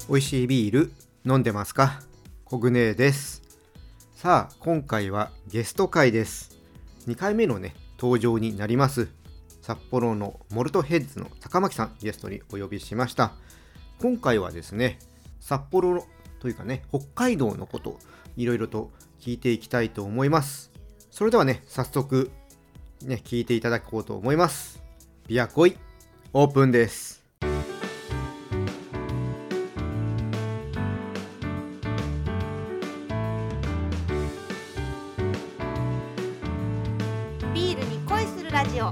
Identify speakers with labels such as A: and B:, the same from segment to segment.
A: 美味しいビール飲んでますか？コグネです。さあ今回はゲスト会です。2回目のね登場になります。札幌のモルトヘッズの高巻さんゲストにお呼びしました。今回はですね札幌というかね北海道のこといろいろと聞いていきたいと思います。それではね早速ね聞いていただこうと思います。ビアコイオープンです。
B: ビールに恋するラジオ。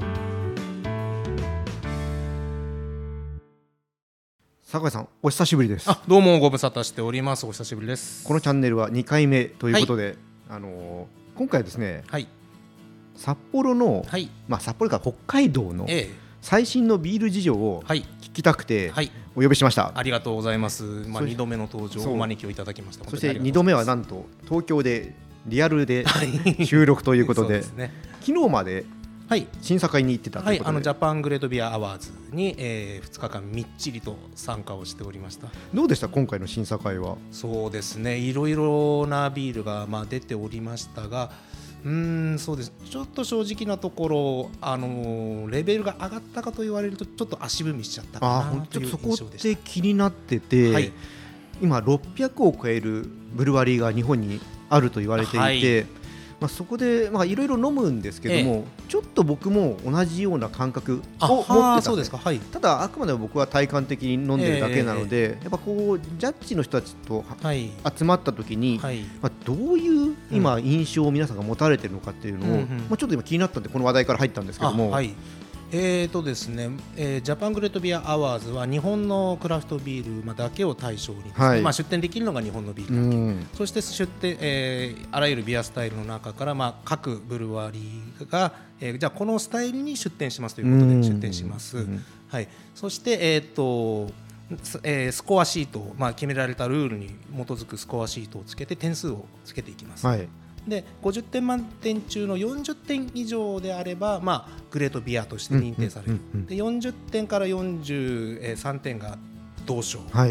A: 酒井さんお久しぶりです。
C: どうもご無沙汰しております。お久しぶりです。
A: このチャンネルは2回目ということで、今回はですね、
C: はい
A: 札幌の、
C: はい
A: 札幌から北海道の
C: ええ
A: 最新のビール事情を
C: はい
A: 聞きたくて
C: はい
A: お呼びしました。
C: ありがとうございます。2度目の登場
A: そう
C: お招きをいただきました。
A: そして2度目はなんと東京でリアルで
C: はい
A: 収録ということで、
C: そうですね。
A: 昨日まで
C: はい
A: 審査会に行ってたと
C: はいい、
A: うことで、
C: ジャパングレートビアアワーズに、2日間みっちりと参加をしておりました。
A: どうでした今回の審査会は？
C: そうですね、いろいろなビールが、出ておりましたが、そうです、ちょっと正直なところ、レベルが上がったかと言われるとちょっと足踏みしちゃったかなという
A: ちょっとそこ
C: 印象でした。
A: って気になってて、
C: はい
A: 今600を超えるブルワリーが日本にあると言われていて、
C: はい
A: そこでいろいろ飲むんですけども、ちょっと僕も同じような感覚を持ってたんです。
C: そうですか。はい
A: ただあくまでも僕は体感的に飲んでるだけなので、やっぱこうジャッジの人たちと
C: はい
A: 集まった時に、
C: はい
A: どういう今印象を皆さんが持たれてるのかっていうのを、ちょっと今気になったんでこの話題から入ったんですけども、
C: はいですね、ジャパングレートビアアワーズは日本のクラフトビールだけを対象にですね、
A: はい
C: 出店できるのが日本のビールだけ、そして出店、あらゆるビアスタイルの中から、各ブルワリーが、じゃあこのスタイルに出店しますということで出店します。はい、そして、スコアシートを、決められたルールに基づくスコアシートをつけて点数をつけていきます。
A: はい
C: で50点満点中の40点以上であれば、グレートビアとして認定される。で40点から43点が銅賞、
A: はい、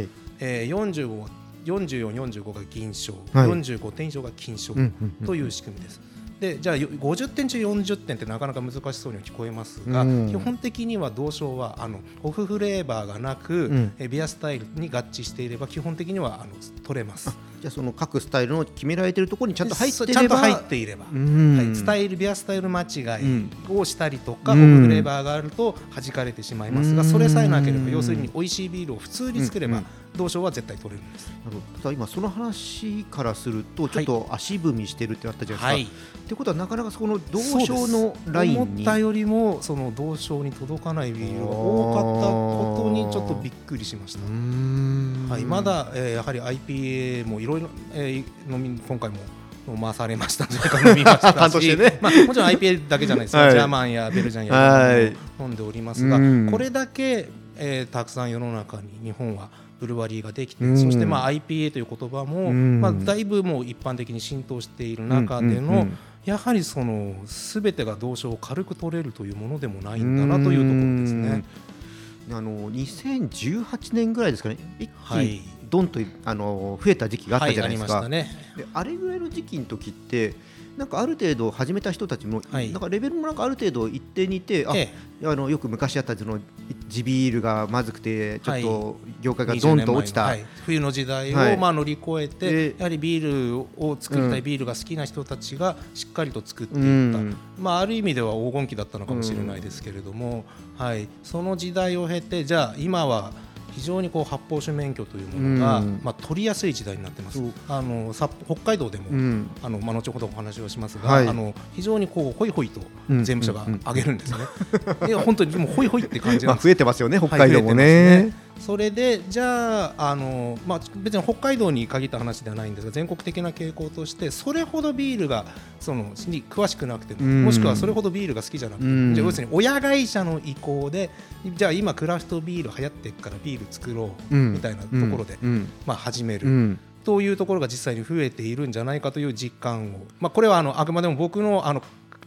C: 44、45が銀賞、
A: はい、
C: 45点以上が金賞という仕組みです。でじゃあ50点中40点ってなかなか難しそうには聞こえますが、基本的には銅賞はオフフレーバーがなく、ビアスタイルに合致していれば基本的には取れます。
A: じゃあその各スタイルの決められているところにちゃんと入っていれば、
C: ちゃんと入っていれば、スタイルビアスタイル間違いをしたりとか、オフフレーバーがあると弾かれてしまいますが、それさえなければ要するに美味しいビールを普通に作れば、銅賞は絶対取れるんです。
A: ただ今その話からするとちょっと足踏みしてるってあったじゃないですか。ってことはなかなかその銅賞のラインに
C: 思ったよりもその銅賞に届かないビールが多かったことにちょっとびっくりしました。まだ、やはり IPA もいろいろ今回も飲まされましたというか飲みましたしもちろん IPA だけじゃないですか、ジャーマンやベルジャンや飲んでおりますが、これだけ、たくさん世の中に日本はブルワリーができて、そして IPA という言葉も、だいぶもう一般的に浸透している中での、やはりその全てが銅賞を軽く取れるというものでもないんだなというところですね。
A: 2018年ぐらいですかね、一気にドンと増えた時期があったじゃないですか。であれぐらいの時期の時ってなんかある程度始めた人たちも、なんかレベルもなんかある程度一定にいて、よく昔あったその地ビールがまずくてちょっと業界がドンと落ちた、
C: 冬の時代を乗り越えて、やはりビールを作りたい、ビールが好きな人たちがしっかりと作っていった、ある意味では黄金期だったのかもしれないですけれども、その時代を経てじゃあ今は非常に発泡酒免許というものが、取りやすい時代になっています。北海道でも、後ほどお話をしますが、非常にホイホイと税務署が上げるんですね。いや本当にもうホイホイって感じなんです。
A: 増えてますよね北海道もね。
C: それでじゃあ、別に北海道に限った話ではないんですが、全国的な傾向としてそれほどビールがに詳しくなくても、もしくはそれほどビールが好きじゃなくても、じゃあ要するに親会社の意向でじゃあ今クラフトビール流行ってるからビール作ろうみたいなところで、始める。というところが実際に増えているんじゃないかという実感を、これはあくまでも僕の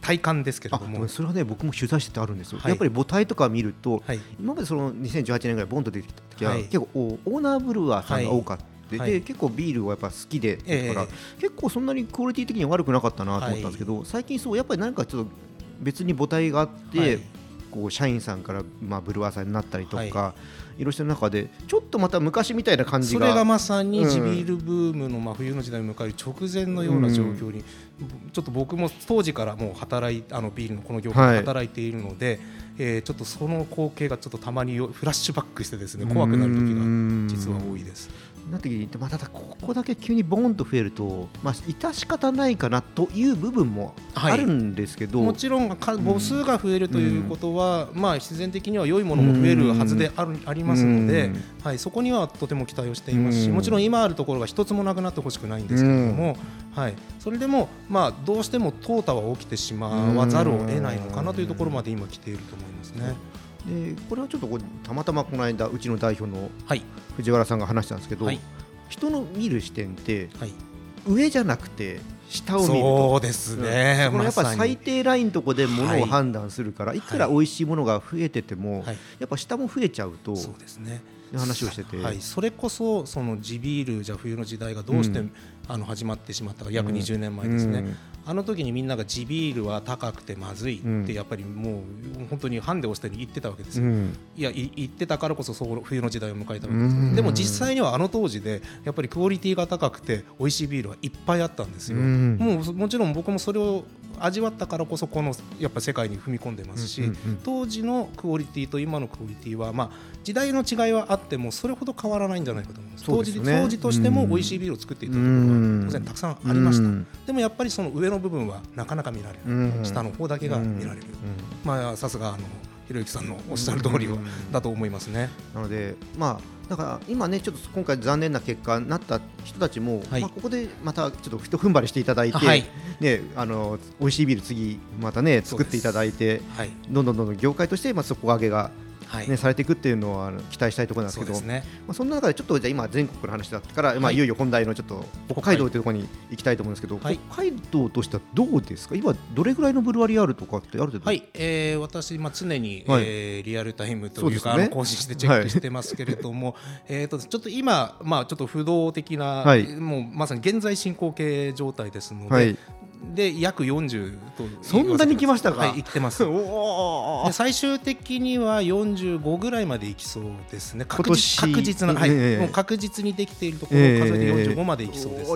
C: 体感ですけれども、
A: それはね僕も取材しててあるんですよ、
C: はい、
A: やっぱり母体とか見ると、
C: はい、
A: 今までその2018年ぐらいボンと出てきた時は、
C: はい、
A: 結構オーナーブルワーさんが多かった、
C: はい、
A: で結構ビールはやっぱ好きで、だから結構そんなにクオリティ的には悪くなかったなと思ったんですけど、最近そうやっぱり何かちょっと別に母体があって、こう社員さんから、ブルワーさんになったりとか、いろいろした中でちょっとまた昔みたいな感じが、
C: それがまさに地ビールブームの冬の時代を迎える直前のような状況に、ちょっと僕も当時からもうビールのこの業界で働いているので、ちょっとその光景がちょっとたまにフラッシュバックしてですね、怖くなる時が実は多いです。
A: な時にただここだけ急にボーンと増えると、致し方ないかなという部分もあるんですけど、
C: もちろん母数が増えるということは、必然的には良いものも増えるはずでありますので、そこにはとても期待をしていますし、もちろん今あるところが一つもなくなってほしくないんですけれども、それでもどうしても淘汰は起きてしまわざるを得ないのかなというところまで今来ていると思いますね。
A: でこれはちょっとたまたまこの間うちの代表の藤原さんが話したんですけど、人の見る視点って、上じゃなくて下を見ると、
C: そうですね、
A: そのやっぱ最低ラインのところで物を判断するから、いくら美味しいものが増えてても、やっぱ下も増えちゃうと、
C: そうですね、
A: 話をしてて、
C: それこそその地ビールじゃ冬の時代がどうして、始まってしまったか、約20年前ですね、あの時にみんなが地ビールは高くてまずいってやっぱりもう本当にハンデをして言ってたわけですよ、いや言ってたからこそ冬の時代を迎えたわけです、でも実際にはあの当時でやっぱりクオリティが高くて美味しいビールはいっぱいあったんですよ、もちろん僕もそれを味わったからこそこのやっぱ世界に踏み込んでますし、当時のクオリティと今のクオリティは、時代の違いはあってもそれほど変わらないんじゃないかと思います。当時としても美味しいビールを作っていたところは当然たくさんありました。でもやっぱりその上の部分はなかなか見られない、下の方だけが見られる、さすがひろゆきさんのおっしゃる通りだと思いますね。
A: なのでだから今ねちょっと今回残念な結果になった人たちも、ここでまたちょっと一踏ん張りしていただいて、美味しいビール次またね作っていただいて、どんどん業界として底上げがされていくっていうのは期待したいところなんですけど、そんな中でちょっとじゃあ今全国の話だったから、いよいよ本題のちょっと北海道というところに行きたいと思うんですけど、北海道としてはどうですか、今どれぐらいのブルワリーあるとかってある程度、
C: 私常に、リアルタイムというか更新してチェックしてますけれども、ちょっと今、ちょっと不動的な、もうまさに現在進行形状態ですので、で約40と
A: そんなに来ましたか。
C: 行ってます。で最終的には45ぐらいまで行きそうですね。確実な、もう確実にできているところを数えて45まで行きそうです。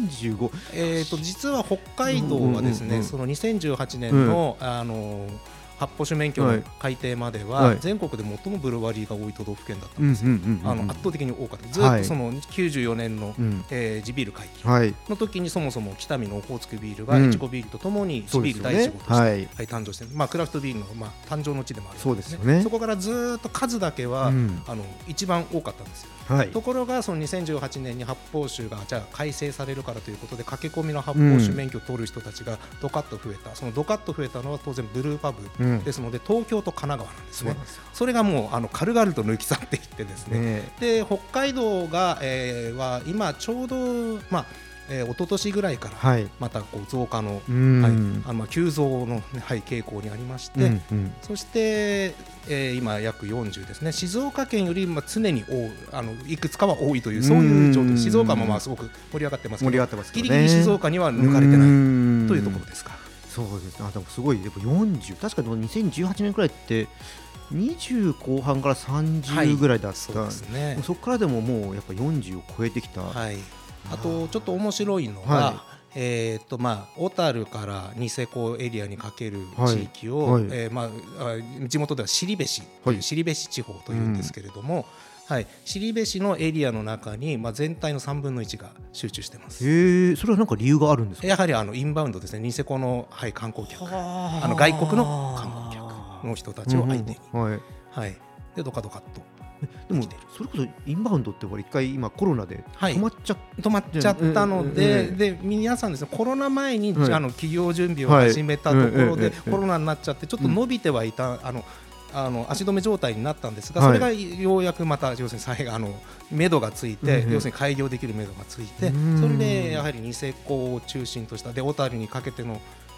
A: 45。
C: 実は北海道はですね、その2018年の発泡酒免許の改定までは全国で最もブルワリーが多い都道府県だったんですよ。圧倒的に多かった。ずっとその94年の地ビール解禁の時にそもそも北見のオホーツクビールがいちごビールとともに地ビール第1号として誕生して、クラフトビールの誕生の地でもあるんですね。そこからずっと数だけは一番多かったんですよ。ところがその2018年に発泡酒がじゃあ改正されるからということで駆け込みの発泡酒免許を取る人たちがドカッと増えた。そのドカッと増えたのは当然ブルーパブですので東京と神奈川なんですね。それがもう軽々と抜き去っていってですね、で北海道が、は今ちょうど一昨年ぐらいからまたこう増加の、急増の、傾向にありまして、そして、今約40ですね。静岡県より常にいくつかは多いというそういう状況。静岡もすごく盛り上がってますけど、ギリギリ静岡には抜かれてないというところですか。
A: そうですね。でもすごいやっぱ40、確かに2018年くらいって20後半から30ぐらいだった、そうですね。そこからでももうやっぱ40を超えてきた。
C: あとちょっと面白いのは、小樽からニセコエリアにかける地域を、地元では後志、後志地方というんですけれども、後志のエリアの中に、全体の3分の1が集中してます。
A: それは何か理由があるんですか。
C: やはりインバウンドですね。ニセコの、観光客、外国の観光客の人たちを相手に、でドカドカっと。
A: でもそれこそインバウンドって一回今コロナで止まっちゃ
C: ったので、皆さんですね、コロナ前に企業準備を始めたところでコロナになっちゃってちょっと伸びてはいた、足止め状態になったんですが、それがようやくまた要するに目処がついて、要するに開業できる目処がついて、それでやはりニセコを中心としたで小樽にかけての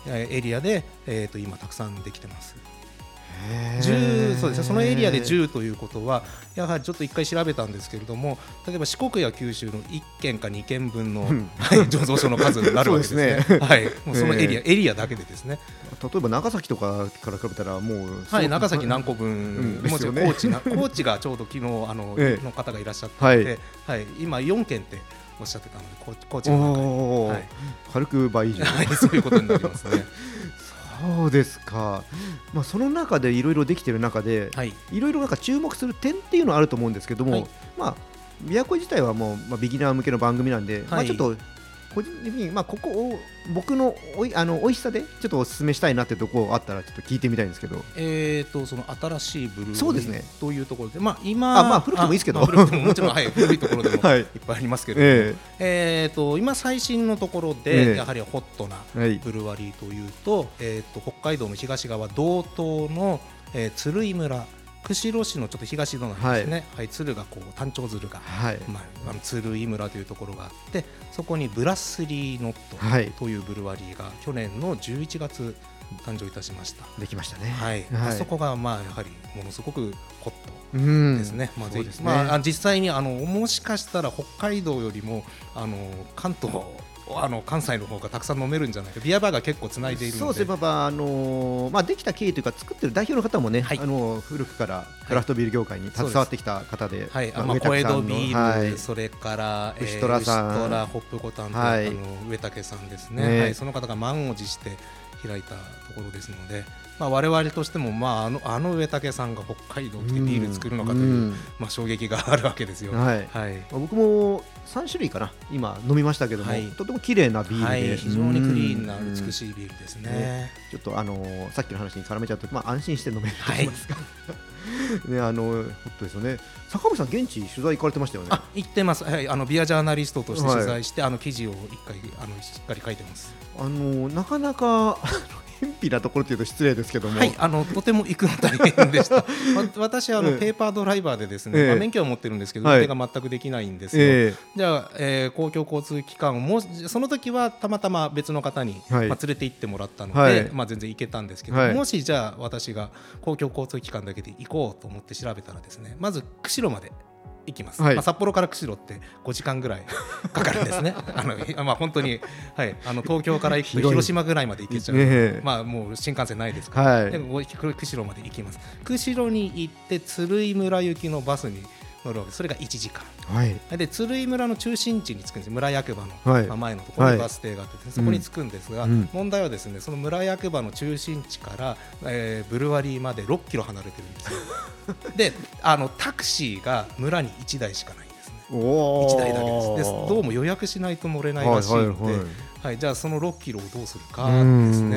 C: エリアで、今たくさんできてます。そうですね、そのエリアで10ということはやはりちょっと一回調べたんですけれども、例えば四国や九州の1県か2県分の、醸造所の数になるわけですね。はい、もうそのエリアだけでですね。
A: 例えば長崎とかから比べたらもう、
C: はい、長崎何個分、もちろん高知がちょうど昨日の方がいらっしゃってて、はい、今4県っておっしゃってたので、高知の中に、
A: 軽く倍以上、
C: そういうことになりますね。
A: そうですか。その中でいろいろできている中で、いろいろなんか注目する点っていうのはあると思うんですけども、琵琶湖自体はもう、ビギナー向けの番組なんで、ちょっと個人的に、ここを僕の美味しさでちょっとお勧めしたいなってとこあったらちょっと聞いてみたいんですけど、
C: その新しいブルー
A: そうですね
C: というところで、今
A: 古くてもいいですけど、
C: 古くてももちろん、古いところでもいっぱいありますけれども、今最新のところでやはりホットなブルワリーというと、北海道の東側道東の鶴居村、釧路市のちょっと東のなんですね、鶴が単調鶴が、鶴居村というところがあって、そこにブラスリーノットというブルワリーが去年の11月誕生いたしました。
A: できましたね。
C: あそこがやはりものすごくホットですね。実際にもしかしたら北海道よりも関東関西の方がたくさん飲めるんじゃないか、ビアバーが結構つないでいるので、
A: そうですね、できた経緯というか作ってる代表の方もね、古くからクラフトビール業界に携わってきた方で、
C: 小江戸ビール、それから
A: 牛虎さん、
C: ホップコタンと上竹さんですね、その方が満を持して開いたところですので、我々としても、上竹さんが北海道来てビール作るのかという、衝撃があるわけですよ。
A: 僕も3種類かな今飲みましたけども、とても綺麗なビールで、
C: 非常にクリーンな美しいビールですね。
A: ちょっとさっきの話に絡めちゃうと、安心して飲めると言いますかね、ホットですよね。坂口さん、現地取材行かれてましたよね。
C: 行ってます。ビアジャーナリストとして取材して、記事を一回しっかり書いてます。
A: なかなか偏僻なところというと失礼ですけども、
C: とても行くの大変でした私ペーパードライバーでですね、免許は持ってるんですけど運転が全くできないんですよ。じゃあ、公共交通機関をその時はたまたま別の方に、連れて行ってもらったので、全然行けたんですけど、もしじゃあ私が公共交通機関だけで行こうと思って調べたらですね、まず釧路まで行きます。札幌から釧路って5時間ぐらいかかるんですね本当に、東京から行くと広島ぐらいまで行けちゃう、もう新幹線ないですから、で釧路まで行きます。釧路に行って鶴居村行きのバスに乗るわけです。それが1時間、で鶴居村の中心地に着くんです。村役場の、前のところにバス停があって、そこに着くんですが、問題はですね、その村役場の中心地から、ブルワリーまで6キロ離れてるんですよでタクシーが村に1台しかないんですね。1台だけです。どうも予約しないと乗れないらしいので、じゃあその6キロをどうするかですね。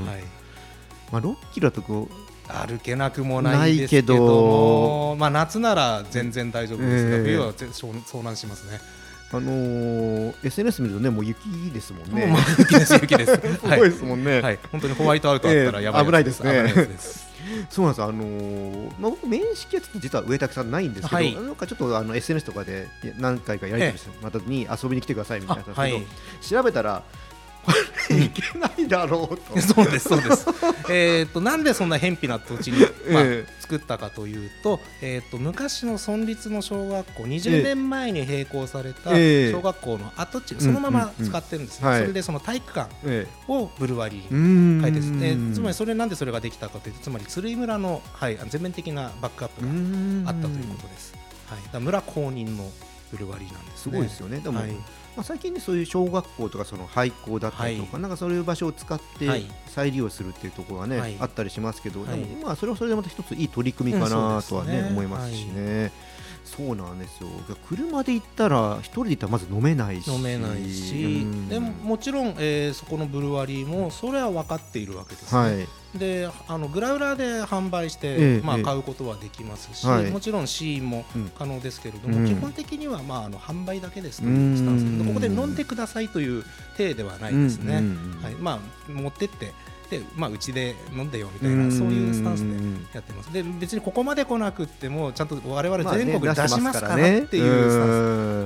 A: 6キロとこ
C: 歩けなくもないですけども、夏なら全然大丈夫ですが、冬は遭難しますね。
A: SNS 見るとね、もう雪ですもんね。
C: 雪です雪です。
A: すごいですもんね。
C: 本当にホワイトアウトあったらやばい
A: 危ないですね。そうなん
C: です。
A: 僕面識はちょっと実は上竹さんないんですけど、なんかちょっとSNS とかで何回かやり取りしてまたに遊びに来てくださいみたいなですけど、調べたらいけないだろうと。
C: そうですそうですなんでそんな偏僻な土地に、作ったかというと、昔の村立の小学校、20年前に閉校された小学校の跡地、そのまま使ってるんですね。それでその体育館をブルワリーに変えてですね、つまりなんでそれができたかというと、つまり鶴居村の、全面的なバックアップがあったということです。だ村公認のブルワリーなんですね。
A: すごいですよね。でも最近ね、そういう小学校とかその廃校だったりとか、なんかそういう場所を使って再利用するっていうところがね、あったりしますけど、でもそれはそれでまた一ついい取り組みかなとはね思いますしね。そうなんですよ。車で行ったら一人で行ったらまず飲めないし、
C: でももちろん、そこのブルワリーもそれは分かっているわけですね。でグラウラで販売して、買うことはできますし、もちろん試飲も可能ですけれども、基本的には、販売だけですというスタンスで、ここで飲んでくださいという体ではないですね。持ってってうちで飲んでよみたいな、そういうスタンスでやってます。で別にここまで来なくってもちゃんと我々全国に出しますからっていうスタン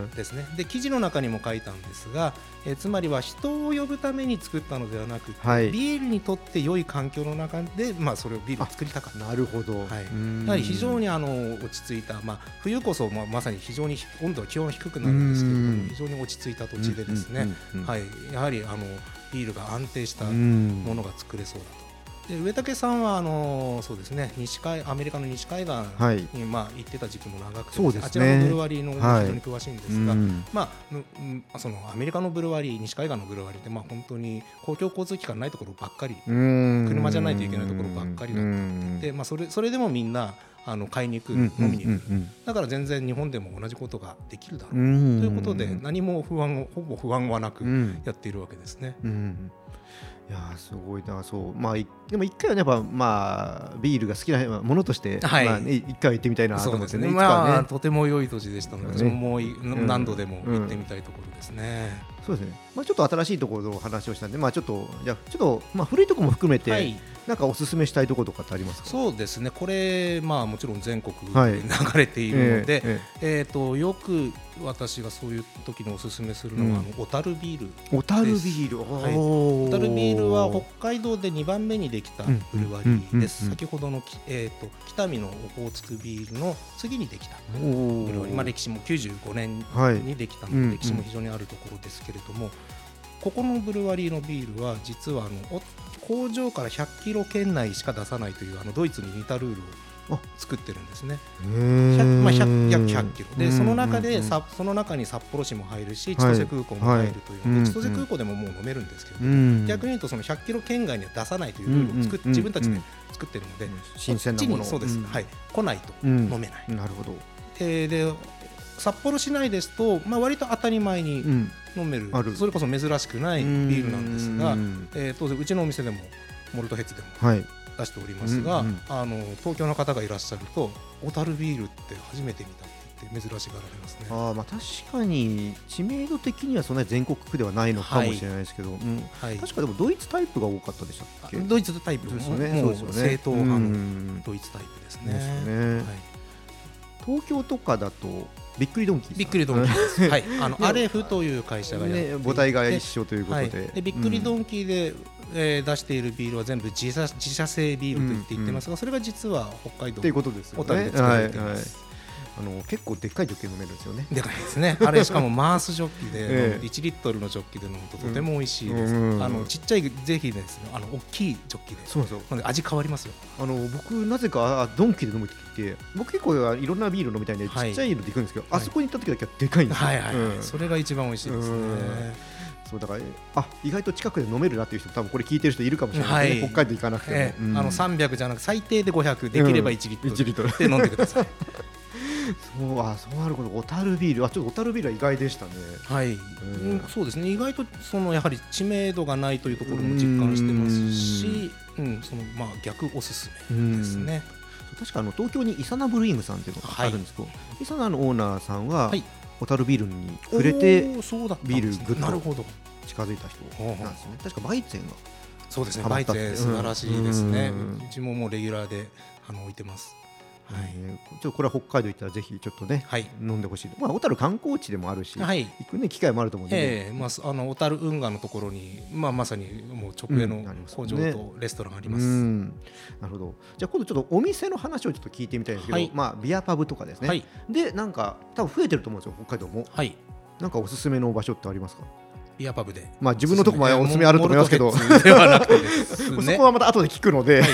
C: ですね。で記事の中にも書いたんですが、つまりは人を呼ぶために作ったのではなくて、
A: はい、
C: ビールにとって良い環境の中で、それをビールを作りたかった。
A: なるほど、
C: やはり非常に落ち着いた、冬こそまさに非常に温度は気温低くなるんですけれども、非常に落ち着いた土地でですね、やはりビールが安定したものが作れそうだと。で植竹さんはそうですね、アメリカの西海岸に行ってた時期も長くて、
A: そうですね、
C: あちらのブルワリーの非常に詳しいんですが、そのアメリカのブルワリー、西海岸のブルワリーって本当に公共交通機関ないところばっかり、車じゃないといけないところばっかりだったで、それでもみんな買いに行く、飲みに行く、だから全然日本でも同じことができるだろうということで、何もほぼ不安はなくやっているわけですね。
A: いやすごいな。そうでも一回はやっぱビールが好きなものとして一回は行ってみたいなと思ってね。
C: とても良い土地でしたので、もう何度でも行ってみたいところですね。
A: そうですね。ちょっと新しいところの話をしたんで、ちょっと古いところも含めて、なんかおすすめしたいところとかってありますか？
C: そうですね。これもちろん全国で流れているので、よく私がそういう時におすすめするのは小樽ビールです。
A: 小樽ビール、
C: 小樽ビールは北海道で2番目にできたブルワリーです。先ほどの北見のオホーツクビールの次にできたブルワリー、歴史も95年にできたので、歴史も非常にあるところですけれども、ここのブルワリーのビールは実は工場から100キロ圏内しか出さないというドイツに似たルールを作ってるんですね。約100キロで、その中に札幌市も入るし千歳空港も入るというので、千歳空港でももう飲めるんですけれども、逆に言うとその100キロ圏外には出さないというルールを自分たちで作ってるので、
A: 新鮮なもの
C: そうです、来ないと飲めない。
A: なるほど。
C: で札幌市内ですと、割と当たり前に飲める、それこそ珍しくないビールなんですが、当然うちのお店でもモルトヘッズでも出しておりますが、東京の方がいらっしゃると小樽ビールって初めて見たって言って珍しがられますね。
A: 確かに知名度的にはそんなに全国区ではないのかもしれないですけど、確かでもドイツタイプが多かったでしたっけ？
C: ドイツタイプですね。もう正統派のドイツタイプですね。
A: 東京とかだとびっくりドンキーさん、
C: びっくりドンキーです。アレフという会社がやっていて、
A: 母体が一緒ということで、
C: びっくりドンキーで出しているビールは全部自社製ビールと言っていますが、それが実は北海道
A: ということですよね。
C: 小樽で作られています。
A: 結構でっかいジョッキ飲めるんですよね。
C: でかいですね。あれしかもマースジョッキで1リットルのジョッキで飲むととても美味しいです。ちっちゃいぜひですね、大きいジョッキで。
A: そうそう。
C: 味変わりますよ。
A: 僕なぜかドンキで飲むときって僕結構いろんなビール飲みたいんでちっちゃいので行くんですけど、あそこに行った時だけはでかいんですよ。
C: それが一番美味しいですね。
A: そうだから意外と近くで飲めるなっていう人多分これ聞いてる人いるかもしれないですね。北海道行かなくても、
C: 300じゃなく最低で500、できれば1リットルで飲んでください。
A: そうなるほど。小樽ビール、ちょっと小樽ビールは意外でしたね。
C: そうですね。意外とやはり知名度がないというところも実感してますし、逆おすすめですね。
A: 確か東京にイサナブルーイングさんっていうのがあるんですけど、イサナのオーナーさんは小樽ビールに触れてビールぐっと近づいた人なんですね。確かバイツェンが、
C: そうですね、バイツェン素晴らしいですね。うちももうレギュラーで置いてます。
A: ちょっとこれは北海道行ったらぜひちょっとね、飲んでほしい。小樽観光地でもあるし、行く機会もあると思うんで、
C: 小樽運河のところにまさにもう直営の工場とレストランがあります。
A: なるほど。じゃあ今度ちょっとお店の話をちょっと聞いてみたいんですけど、ビアパブとかですね。でなんか多分増えてると思うんですよ、北海道も。なんかおすすめの場所ってありますか？
C: ビアパブで。
A: 自分のとこもおすすめあると思いますけど、そこはまた後で聞くので。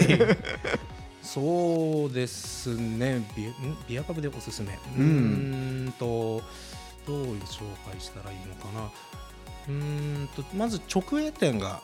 C: そうですね。ビアパブでおすすめ。どういう紹介したらいいのかな。まず直営店が、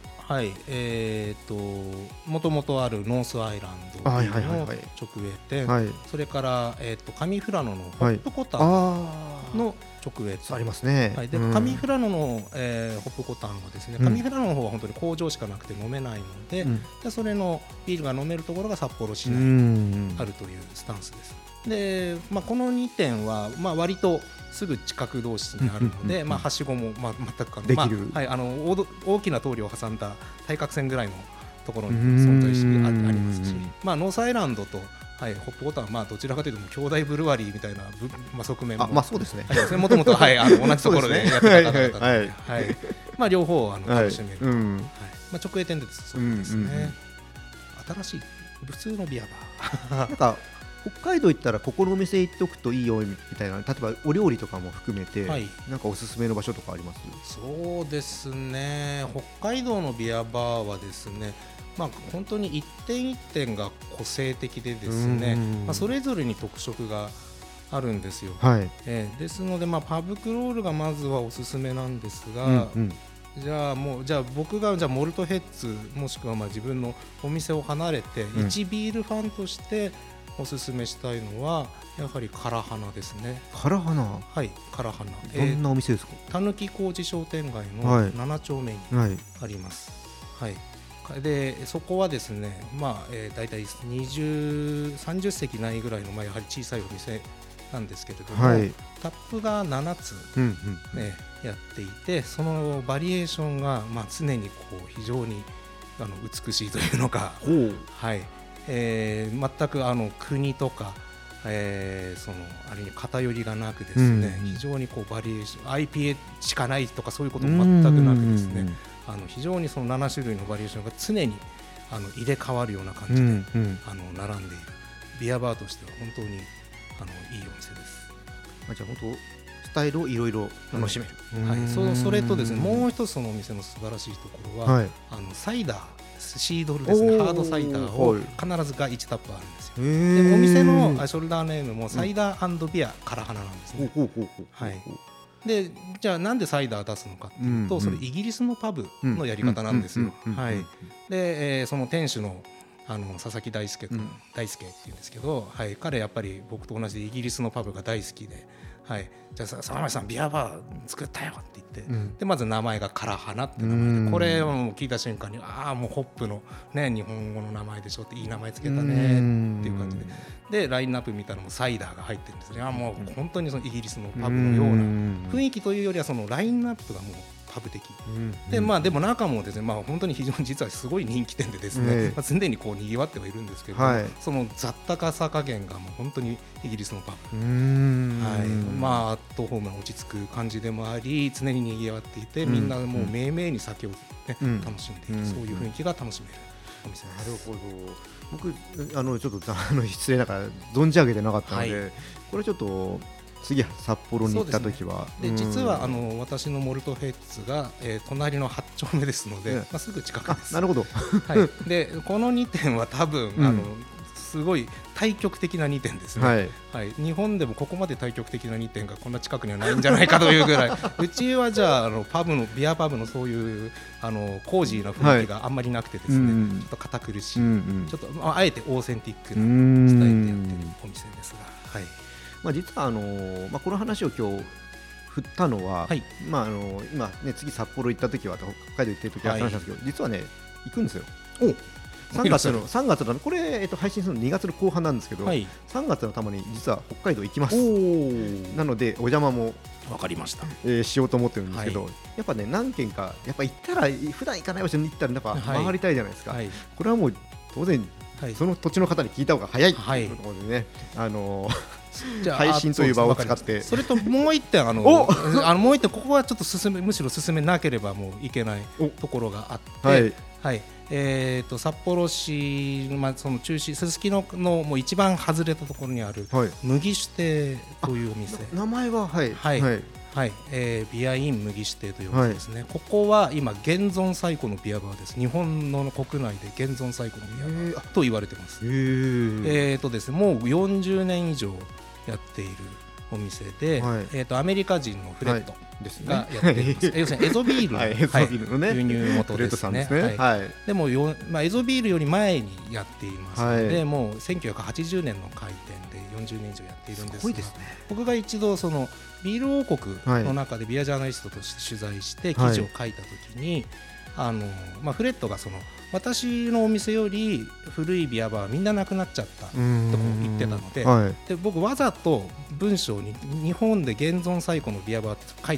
C: もともとあるノースアイランドの直営店、それから上富良野のホップコタンの直営店
A: ありますね。
C: で上富良野のホップコタンはですね、上富良野の方は本当に工場しかなくて飲めないので、それのビールが飲めるところが札幌市内にあるというスタンスです。で、この2点は割とすぐ近く同士にあるので、はしごも全く
A: できる、
C: 大きな通りを挟んだ対角線ぐらいのところに存在してありますし、ノースアイランドとはい、ホップボタンはまあどちらかというと兄弟ブルワリーみたいな側面も
A: まあそうですね。
C: もともと同じところでやってた方々で、
A: はい
C: まあ両方楽しめると、
A: うん
C: はい、まあ直営店でそうですね。新しい普通のビアバー
A: なんか北海道行ったらここのお店行っておくといいよみたいな、例えばお料理とかも含めて、
C: はい、
A: なんかおすすめの場所とかあります？
C: そうですね、北海道のビアバーはですね、まあ、本当に一点一点が個性的でですね、まあ、それぞれに特色があるんですよ、
A: はい、
C: ですので、まあ、パブクロールがまずはおすすめなんですが、じゃあ僕がモルトヘッズもしくはまあ自分のお店を離れて一ビールファンとしておすすめしたいのはやはり唐花ですね。
A: 唐花、
C: はい、唐花、
A: どんなお店ですか？
C: たぬき工事商店街の7丁目にあります、はいはい、でそこはですね、まあだいたい30席ないぐらいの、まあ、やはり小さいお店なんですけれども、はい、タップが7つ、やっていて、そのバリエーションが、まあ、常にこう非常に美しいというのか、はい、全く国とか、そのあれに偏りがなくですね、非常にこうバリエーション IPA しかないとかそういうことも全くなくですね、非常にその7種類のバリエーションが常に入れ替わるような感じで、並んでいるビアバーとしては本当にいいお店です。
A: じゃあ本当スタイルをいろいろ楽しめる、
C: はい、それとですね、もう一つそのお店の素晴らしいところは、サイダーシードルですね、ハードサイダーを必ずが1タップあるんですよ。でお店のショルダーネームもサイダー&ビア唐花なんですね。はい、でじゃあなんでサイダー出すのかっていうと、それイギリスのパブのやり方なんですよ。でその店主の佐々木大輔っていうんですけど、はい、彼やっぱり僕と同じでイギリスのパブが大好きで、はい、じゃあ沢町さんビアバー作ったよって言って、でまず名前が唐花って名前で、これを聞いた瞬間にもうホップの、ね、日本語の名前でしょって、いい名前つけたねっていう感じで、ラインナップ見たらもうサイダーが入ってるんですね。もう本当にそのイギリスのパブのような雰囲気というよりは、そのラインナップがもうパブ的で、まあでも中もですね、まあ本当に非常に実はすごい人気店でですね、まあ常にこう賑わってはいるんですけど、その雑多かさ加減がもう本当にイギリスのパブ、はい、まあアットホームな落ち着く感じでもあり、常に賑わっていて、みんなもうめいめいに酒をね楽しんでいる、そういう雰囲気が楽しめるお店です。
A: なるほど。僕ちょっと失礼ながら存じ上げてなかったので、これちょっと次札幌に行った時は、
C: で実は私のモルトヘッズが、隣の8丁目ですので、まあ、すぐ近くです。
A: なるほど、
C: はい、でこの2点は多分、すごい対極的な2点ですね、はい、日本でもここまで対極的な2点がこんな近くにはないんじゃないかというぐらいうちはじゃあビアパブのそういうコージーな雰囲気があんまりなくてですね、ちょっと堅苦しい、ちょっと、あえてオーセンティックなスタイルでやってるお店ですが、はい、
A: まあ、実はこの話を今日振ったのは、まあ今ね、次札幌行った時は北海道行ってる時は話したんですけど、実はね行くんですよ。3月のこれ、配信するの2月の後半なんですけど、3月のたまに実は北海道行きます。なのでお邪魔も
C: 分かりました、
A: しようと思ってるんですけど、やっぱね何軒かやっぱ行ったら普段行かない場所に行ったらやっぱ回りたいじゃないですか。これはもう当然その土地の方に聞いた方が早いというところでね、配信という場を使って、
C: それともう一点もう一点ここはちょっとむしろ進めなければもういけないところがあって、札幌市、まあ、その中心すすきのもう一番外れたところにある麦酒亭というお店、
A: 名前は
C: ビアイン麦酒亭というお店ですね。ここは今現存最古のビアバーです。日本の国内で現存最古のビアバーと言われてます。ですね、もう40年以上やっているお店で、アメリカ人のフレッドがやっています。要するにエゾビールの輸入元ですね。でもまあ、エゾビールより前にやっていますので、もう1980年の開店で40年以上やっているんですが、僕が一度そのビール王国の中でビアジャーナリストとして取材して記事を書いた時に、まあ、フレッドがその私のお店より古いビアバーはみんななくなっちゃったと言ってたので、で僕わざと文章に日本で現存最古のビアバーって書い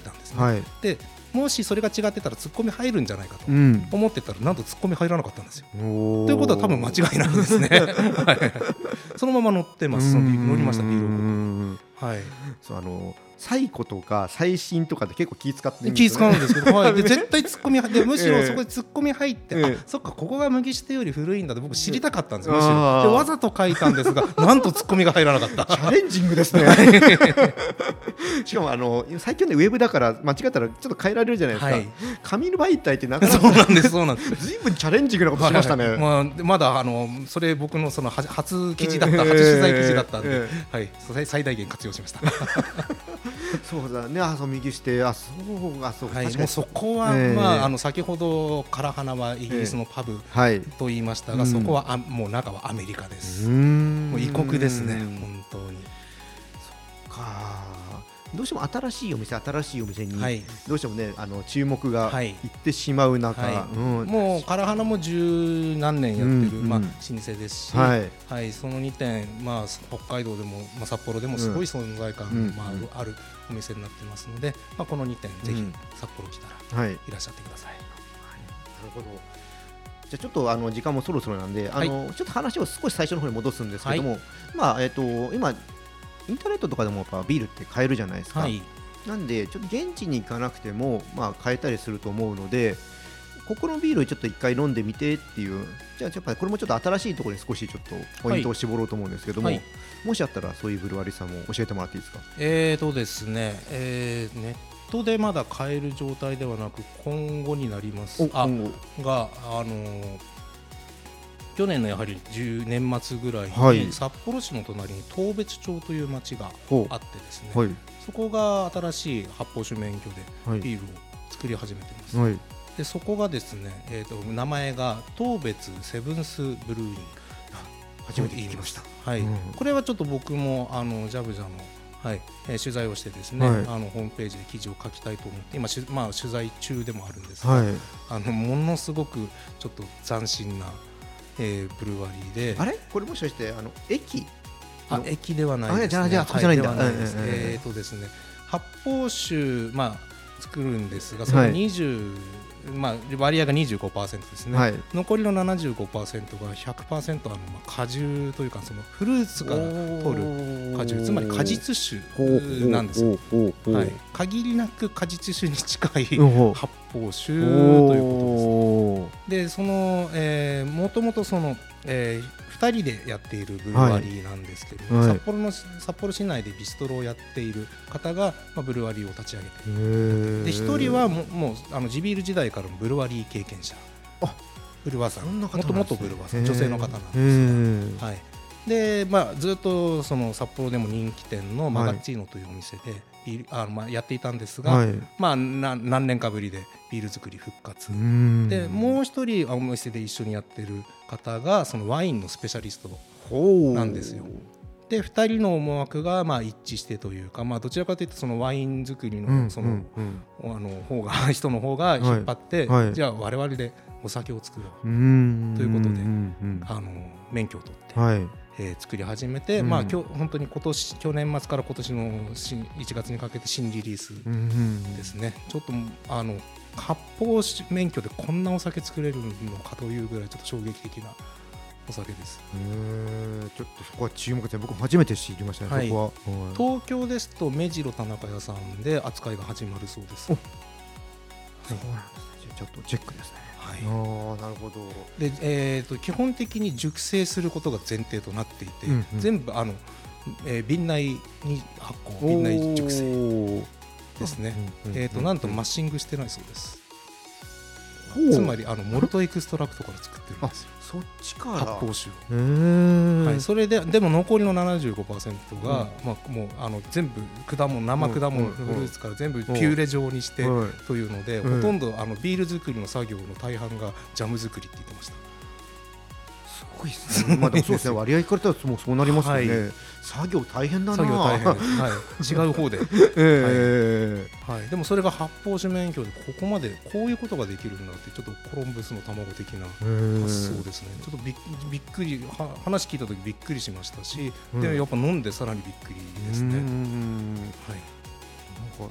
C: たんですね、
A: はい、
C: でもしそれが違ってたらツッコミ入るんじゃないかと思ってたら、なんとツッコミ入らなかったんですよ。ということは多分間違いないですねはい、そのまま乗ってます。乗りました B6。はい、
A: そう最古とか最新とかで結構気使ってるん
C: 気
A: ですよね。
C: 使うんですけど、はい、で絶対ツッコミでむしろそこでツッコミ入って、あ、そっかここが麦下より古いんだって僕知りたかったんですよ。むしろでわざと書いたんですがなんとツッコミが入らなかった
A: チャレンジングですねしかも最近のウェブだから間違ったらちょっと変えられるじゃないですか、はい、紙の媒体ってなかなか
C: そうなんですそうなんです
A: ずいぶんチャレンジングなことしましたね、
C: まだそれ僕のその初記事だった初取材記事だったんで、はい、最大限活用しました
A: そうだね、右して、そうか、
C: はい、もうそこは、先ほど唐花はイギリスのパブと言いましたが、そこはもう中はアメリカです。もう異国ですね、本当に。
A: そっか、どうしても新しいお店に、どうしてもね注目がいってしまう中、
C: もう唐花も十何年やってる、老舗ですし、その2店、北海道でも、札幌でもすごい存在感あるお店になってますので、この2店ぜひ札幌来たらいらっしゃってください。な
A: るほど。じゃあちょっと時間もそろそろなんで、ちょっと話を少し最初の方に戻すんですけども、今インターネットとかでもやっぱビールって買えるじゃないですか、なんでちょっと現地に行かなくても買えたりすると思うので、ここのビールちょっと一回飲んでみてっていう、じゃあやっぱりこれもちょっと新しいところに少しちょっとポイントを絞ろうと思うんですけども、もしあったらそういうブルワリーさんも教えてもらっていいですか。
C: ですね、ネットでまだ買える状態ではなく今後になりますが、去年のやはり年末ぐらいに札幌市の隣に当別町という町があってですね、そこが新しい発泡酒免許でビールを作り始めています。でそこがですね、名前が当別セブンスブルーイング、
A: 初めて聞きました。
C: これはちょっと僕もジャブジャの取材をしてですね、ホームページで記事を書きたいと思って今取材中でもあるんですが、ものすごくちょっと斬新なブルワリーで、
A: あれこれもしかして
C: 駅ではないですね。
A: じゃあここじゃないんだ。
C: ですね、発泡酒作るんですが、その割合が 25% ですね、残りの 75% が 100% 果汁というかそのフルーツから取る果汁、つまり果実酒なんですよ。限りなく果実酒に近い発泡酒ということです。でそのもともとその2人でやっているブルワリーなんですけども、札幌市内でビストロをやっている方がブルワリーを立ち上げて、で1人はもう地ビール時代からのブルワリー経験者、ブルワーさん、もともとブルワーさん、女性の方なんですが、でずっとその札幌でも人気店のマガッチーノというお店でやっていたんですが、何年かぶりでビール作り復活で、もう一人お店で一緒にやってる方がそのワインのスペシャリストなんですよ。で2人の思惑が一致してというか、どちらかというとそのワイン作りのその人の方が引っ張って、じゃあ我々でお酒を作ろうということで免許を取って作り始めて、本当に去年末から今年の1月にかけて新リリースですね。ちょっと発泡酒免許でこんなお酒作れるのかというぐらいちょっと衝撃的なお酒です。
A: ちょっとそこは注目です。僕初めて知りましたね。そこは
C: 東京ですと目白田中屋さんで扱いが始まるそうです。そう
A: なんですね。ちょっとチェックですね。なるほど。
C: で、基本的に熟成することが前提となっていて、全部瓶内に発酵、瓶内熟成ですね。なんとマッシングしてないそうです。つまりモルトエクストラクトから作ってるんですよ。
A: そっちから
C: 発泡酒を。それでも残りの 75% がもう全部生果物フルーツから全部ピューレ状にしてというので、ほとんどビール作りの作業の大半がジャム作りって言ってました。
A: すごいですね。でもそうですね。割合から言ったらもうそうなりますよね。作業大変だな。
C: 作業大変です。違う方で。でもそれが発泡酒免許でここまでこういうことができるんだってちょっとコロンブスの卵的な発想ですね。ちょっとびっくり話聞いた時びっくりしましたし、でやっぱ飲んでさらにびっくりですね。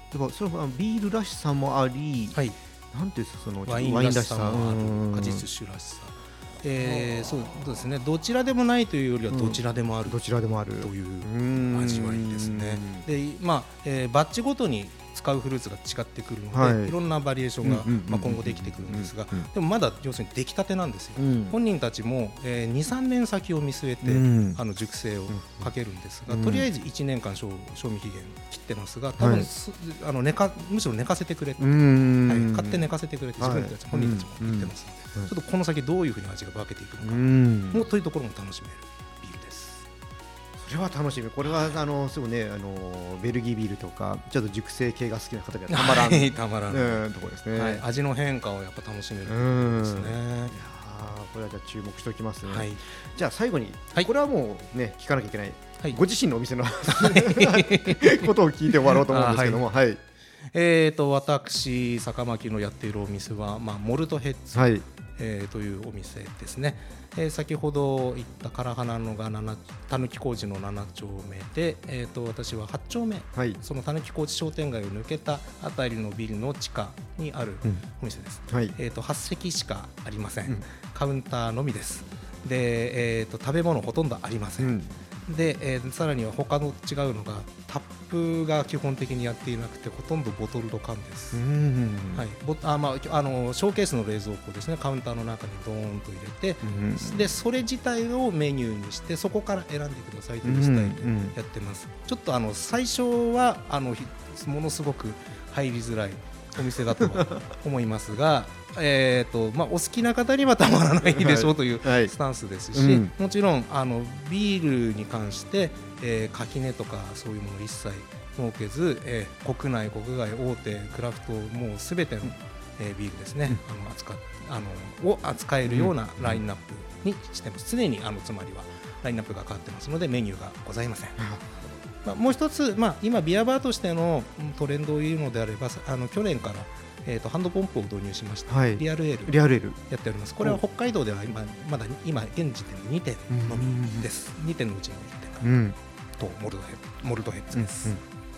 A: だからそれはビールらしさもあり、
C: はい、
A: なんていうんですか、その
C: ワインらしさもある、果実酒らしさ、そうですね、どちらでもないというよりはどちらでもある、
A: どちらでもある
C: という味わいですね。で、バッジごとに使うフルーツが違ってくるので、はい、いろんなバリエーションが今後できてくるんですが、でもまだ要するに出来たてなんですよ。本人たちも2、3年先を見据えて熟成をかけるんですが、とりあえず1年間賞味期限切ってますが、多分むしろ寝かせてくれって、買って寝かせてくれって自分たち本人たちも言ってますので、ちょっとこの先どういうふうに味が分けていくのかもというところも楽しめるビールです。
A: それは楽しみ。これはすぐね、ベルギービールとかちょっと熟成系が好きな方にはたまらん
C: たまらん、
A: ところですね、
C: はい、味の変化をやっぱ楽しめるところですね。
A: いやこれはじゃあ注目しておきますね、
C: はい、
A: じゃあ最後に、
C: はい、
A: これはもうね聞かなきゃいけない、
C: はい、
A: ご自身のお店のことを聞いて終わろうと思うんですけども、はい、
C: 私坂巻のやっているお店は、モルトヘッズ、
A: はい、
C: というお店ですね。先ほど言った唐花のがたぬき工事の7丁目で、私は8丁目、はい、そのたぬき工事商店街を抜けたあたりのビルの地下にあるお店です、はい、8席しかありません、カウンターのみです。で、食べ物ほとんどありません、で、さらには他の違うのがタップが基本的にやっていなくてほとんどボトルド缶です、はい、ショーケースの冷蔵庫ですね、カウンターの中にドーンと入れて、でそれ自体をメニューにしてそこから選んでくださいというスタイルでやってます。ちょっと最初はものすごく入りづらいお店だと思いますがお好きな方にはたまらないでしょうというスタンスですし、もちろんビールに関して、垣根とかそういうものを一切設けず、国内国外大手クラフトもうすべての、ビールですね、を扱えるようなラインナップにしてます。常につまりはラインナップが変わってますのでメニューがございません。もう一つ、今ビアバーとしてのトレンドを言うのであれば、去年からハンドポンプを導入しました、はい、リアルエールやっております。これは北海道ではまだ今現時点で2点のみです、2点のうちの1点とモルトヘッズです、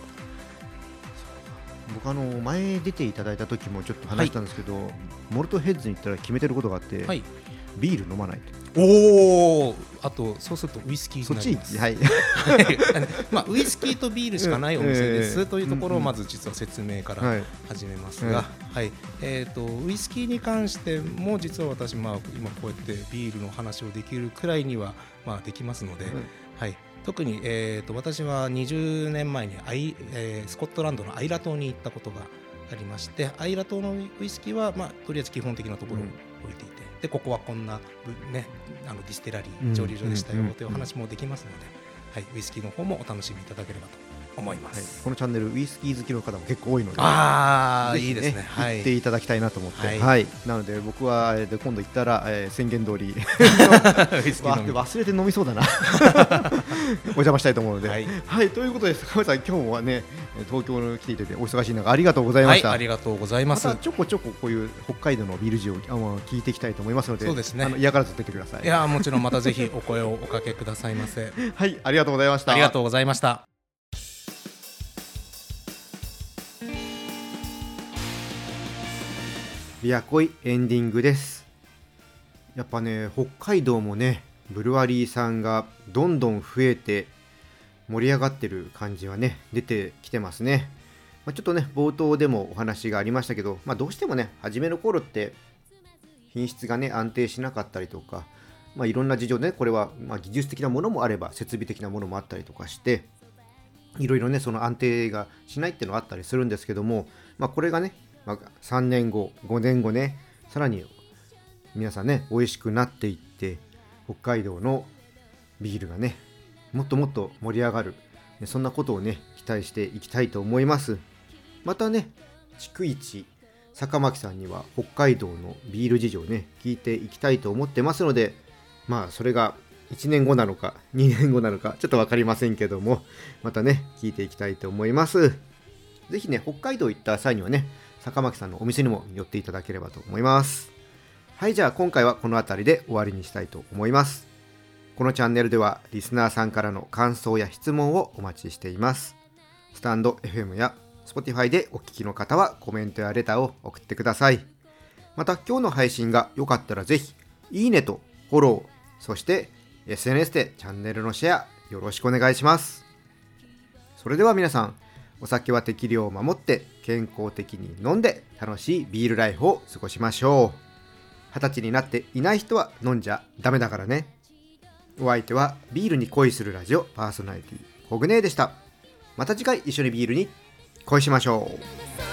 A: 僕前出ていただいた時もちょっと話したんですけど、モルトヘッズに行ったら決めてることがあって、ビール飲まないと。
C: あとそうするとウイスキーになります。
A: はい
C: ウイスキーとビールしかないお店ですというところをまず実は説明から始めますが、ウイスキーに関しても実は私、今こうやってビールの話をできるくらいにはできますので、特に、私は20年前にスコットランドのアイラ島に行ったことがありまして、アイラ島のウイスキーは、とりあえず基本的なところを置いていて、でここはこんな、ディスティラリー蒸留所でしたよというお話もできますので、ウイスキーの方もお楽しみいただければと思います、
A: このチャンネルウイスキー好きの方も結構多いので、
C: いいですね、
A: 行っていただきたいなと思って、なので僕は今度行ったら、宣言通り忘れて飲みそうだなお邪魔したいと思うので、ということで坂上さん、今日はね東京に来ていただいてお忙しい中ありがとうございました。
C: ありがとうございます。
A: またちょこちょここういう北海道のビール事情を聞いていきたいと思いますので、
C: そうですね、
A: 嫌がらず出てください。
C: いやもちろんまたぜひお声をおかけくださいませ
A: はい、ありがとうございました。
C: ありがとうございました。
A: ビアコイエンディングです。やっぱね、北海道もねブルワリーさんがどんどん増えて盛り上がってる感じはね出てきてますね。ちょっとね冒頭でもお話がありましたけど、どうしてもね初めの頃って品質がね安定しなかったりとか、いろんな事情でね、これは技術的なものもあれば設備的なものもあったりとかして、いろいろねその安定がしないっていうのがあったりするんですけども、これがね3年後5年後ねさらに皆さんね美味しくなっていって、北海道のビールがねもっともっと盛り上がる、そんなことをね期待していきたいと思います。またね逐一坂巻さんには北海道のビール事情をね聞いていきたいと思ってますので、それが1年後なのか2年後なのかちょっと分かりませんけども、またね聞いていきたいと思います。ぜひね北海道行った際にはね坂巻さんのお店にも寄っていただければと思います。はい、じゃあ今回はこの辺りで終わりにしたいと思います。このチャンネルではリスナーさんからの感想や質問をお待ちしています。スタンド FM や Spotify でお聞きの方はコメントやレターを送ってください。また今日の配信が良かったらぜひいいねとフォロー、そして SNS でチャンネルのシェアよろしくお願いします。それでは皆さん、お酒は適量を守って健康的に飲んで楽しいビールライフを過ごしましょう。20歳になっていない人は飲んじゃダメだからね。お相手はビールに恋するラジオパーソナリティコグネでした。また次回一緒にビールに恋しましょう。